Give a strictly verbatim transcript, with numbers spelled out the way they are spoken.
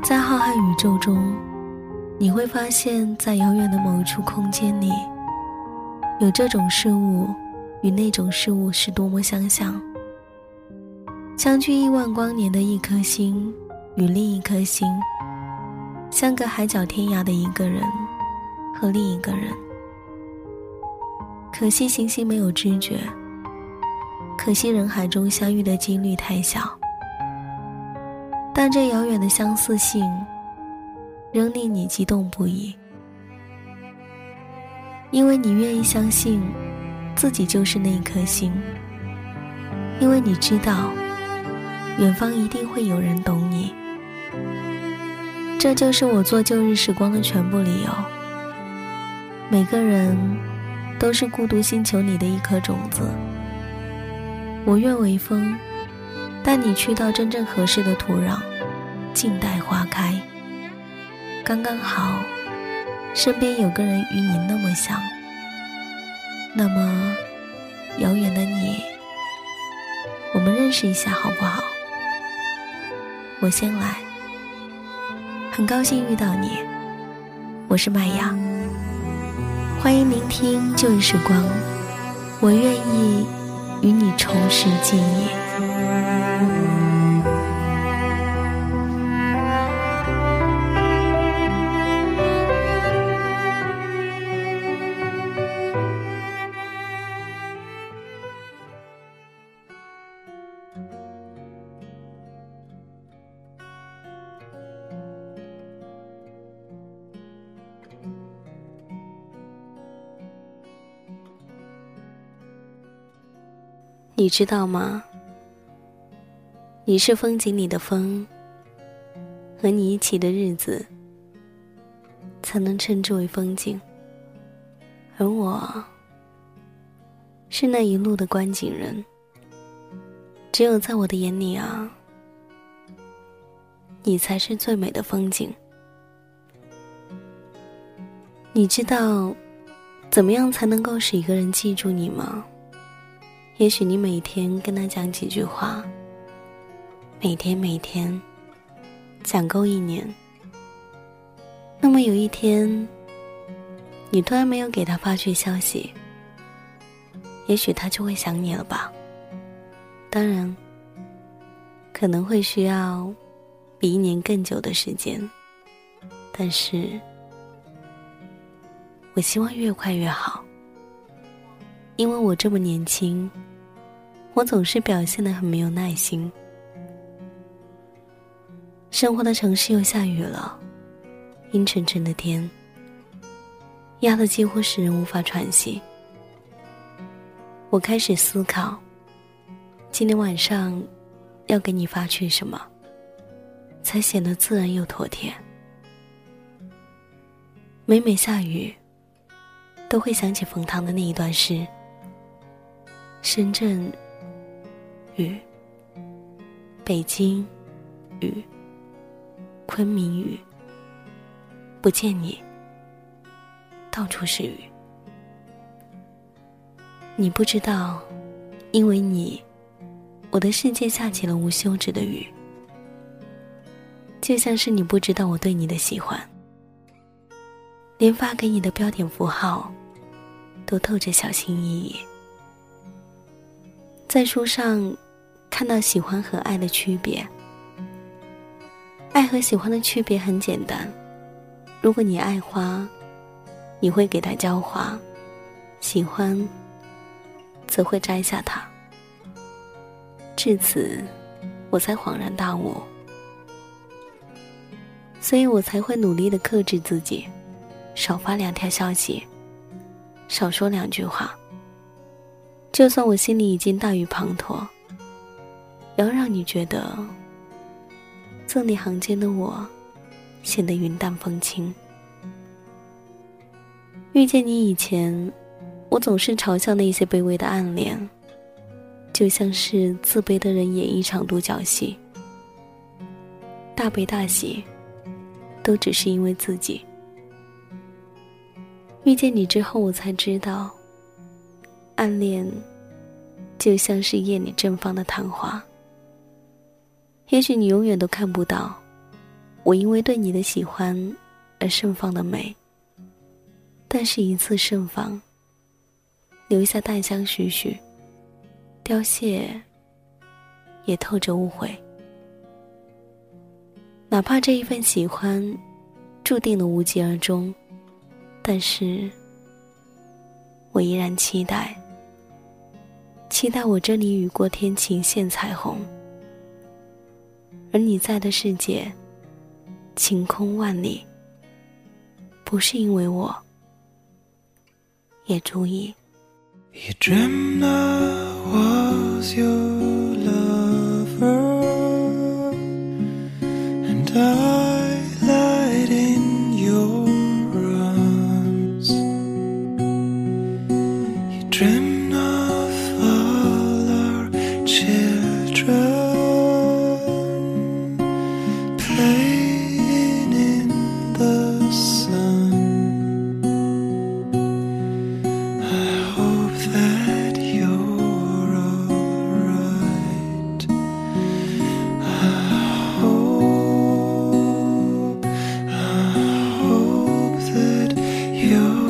在浩瀚宇宙中，你会发现在遥远的某一处空间里，有这种事物与那种事物是多么相像。相距亿万光年的一颗星与另一颗星，相隔海角天涯的一个人和另一个人。可惜行星没有知觉，可惜人海中相遇的几率太小，但这遥远的相似性仍令你激动不已，因为你愿意相信自己就是那一颗星，因为你知道远方一定会有人懂你。这就是我做旧日时光的全部理由。每个人都是孤独星球里的一颗种子，我愿为风，带你去到真正合适的土壤，静待花开。刚刚好，身边有个人与你那么像，那么遥远的你，我们认识一下好不好？我先来。很高兴遇到你，我是麦雅，欢迎聆听旧日时光，我愿意与你重拾记忆。你知道吗？你是风景里的风，和你一起的日子才能称之为风景，而我是那一路的观景人。只有在我的眼里啊，你才是最美的风景。你知道怎么样才能够使一个人记住你吗？也许你每天跟他讲几句话，每天每天讲够一年，那么有一天你突然没有给他发去消息，也许他就会想你了吧。当然可能会需要比一年更久的时间，但是我希望越快越好。因为我这么年轻，我总是表现得很没有耐心。生活的城市又下雨了，阴沉沉的天压得几乎使人无法喘息。我开始思考今天晚上要给你发去什么才显得自然又妥帖。每每下雨都会想起冯唐的那一段诗：深圳雨，北京雨，昆明雨，不见你，到处是雨。你不知道，因为你，我的世界下起了无休止的雨。就像是你不知道我对你的喜欢，连发给你的标点符号都透着小心翼翼。在书上看到喜欢和爱的区别，爱和喜欢的区别很简单，如果你爱花，你会给它浇花，喜欢则会摘下它。至此我才恍然大悟，所以我才会努力地克制自己，少发两条消息，少说两句话。就算我心里已经大雨滂沱，也要让你觉得字里行间的我显得云淡风轻。遇见你以前，我总是嘲笑那些卑微的暗恋，就像是自卑的人演一场独角戏，大悲大喜都只是因为自己。遇见你之后，我才知道暗恋就像是夜里绽放的昙花，也许你永远都看不到， 我因为对你的喜欢而盛放的美，但是一次盛放，留下淡香徐徐，凋谢也透着误会。哪怕这一份喜欢注定了无疾而终，但是我依然期待，期待我这里雨过天晴现彩虹，而你在的世界晴空万里，不是因为我，也足以。 You dreamt I was your lover, and I lied in your arms. You dreamt of all our children playing in the sun. I hope that you're alright. I hope, I hope that you're